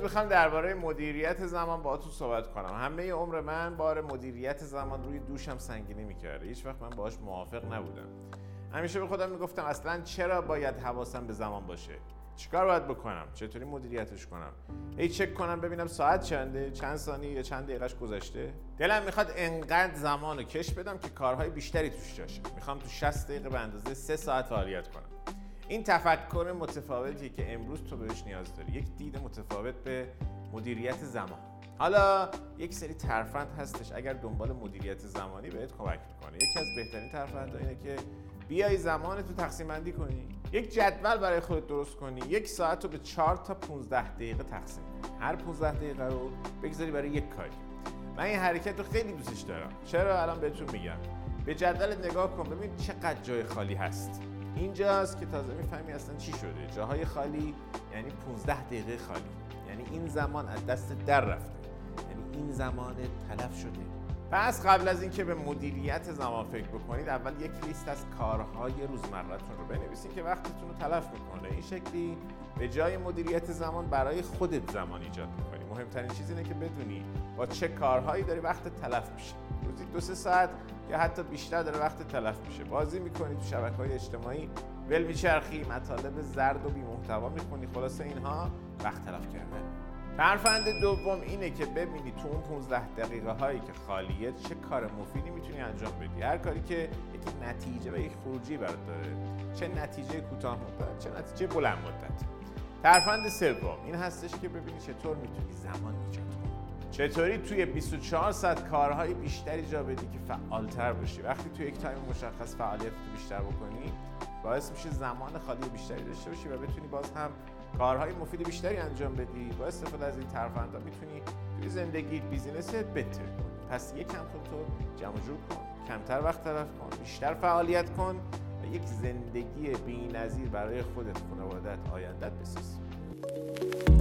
میخوام درباره مدیریت زمان باهاتون صحبت کنم. همه عمر من بار مدیریت زمان روی دوشم سنگینی میکرده. هیچ وقت من باهاش موافق نبودم. همیشه به خودم میگفتم اصلا چرا باید حواسم به زمان باشه؟ چیکار باید بکنم؟ چطوری مدیریتش کنم؟ چک کنم ببینم ساعت چنده، چند ثانیه یا چند دقیقه‌اش گذشته. دلم میخواد انقدر زمانو کش بدم که کارهای بیشتری توش باشه. میخوام تو 60 دقیقه به اندازه 3 ساعت فعالیت کنم. این تفکر متفاوتیه که امروز تو بهش نیاز داری. یک دید متفاوت به مدیریت زمان. حالا یک سری ترفند هستش اگر دنبال مدیریت زمانی بهت کمک میکنه. یکی از بهترین ترفندها اینه که بیای زمان تو تقسیم بندی کنی. یک جدول برای خودت درست کنی. یک ساعت رو به 4 تا 15 دقیقه تقسیم کنی. هر 15 دقیقه رو بگذاری برای یک کاری. من این حرکت رو خیلی دوستش دارم. چرا؟ الان بهتون میگم. به جدولت نگاه کن ببین چقدر جای خالی هست. اینجاست که تازه میفهمی اصلا چی شده. جاهای خالی یعنی 15 دقیقه خالی. یعنی این زمان از دست در رفته. یعنی این زمان تلف شده. پس قبل از اینکه به مدیریت زمان فکر بکنید اول یک لیست از کارهای روزمره‌تون رو بنویسید که وقتتون رو تلف میکنه. این شکلی به جای مدیریت زمان برای خودت زمان ایجاد میکنی. مهمترین چیز اینه که بدونی با چه کارهایی داری وقت تلف میشه. روزی 2-3 ساعت یا حتی بیشتر داره وقت تلف میشه. بازی میکنی تو شبکه‌های اجتماعی، ول میچرخی، مطالب زرد و بی محتوا میخونی. خلاصه اینها وقت تلف کردن. ترفند دوم اینه که ببینی تو اون 15 دقیقه هایی که خالیه چه کار مفیدی میتونی انجام بدی. هر کاری که یک نتیجه و یک خروجی برات داره، چه نتیجه کوتاه مدت چه نتیجه بلند مدت. ترفند سوم این هستش که ببینی چطور میتونی زمان ایجاد کنی. چطوری توی 24 ساعت کارهای بیشتری جا بدی که فعالتر باشی. وقتی توی یک تایم مشخص فعالیت رو بیشتر بکنی باعث میشه زمان خالی بیشتری داشته باشی و بتونی باز هم کارهای مفید بیشتری انجام بدی. با استفاده از این ترفندها میتونی توی زندگی بیزینست بهتر کنی. پس یکم خودتو جمع جور کن، کمتر وقت تلف کن، بیشتر فعالیت کن و یک زندگی بی‌نظیر برای خودت، خانواده‌ات، آینده‌ت بساز.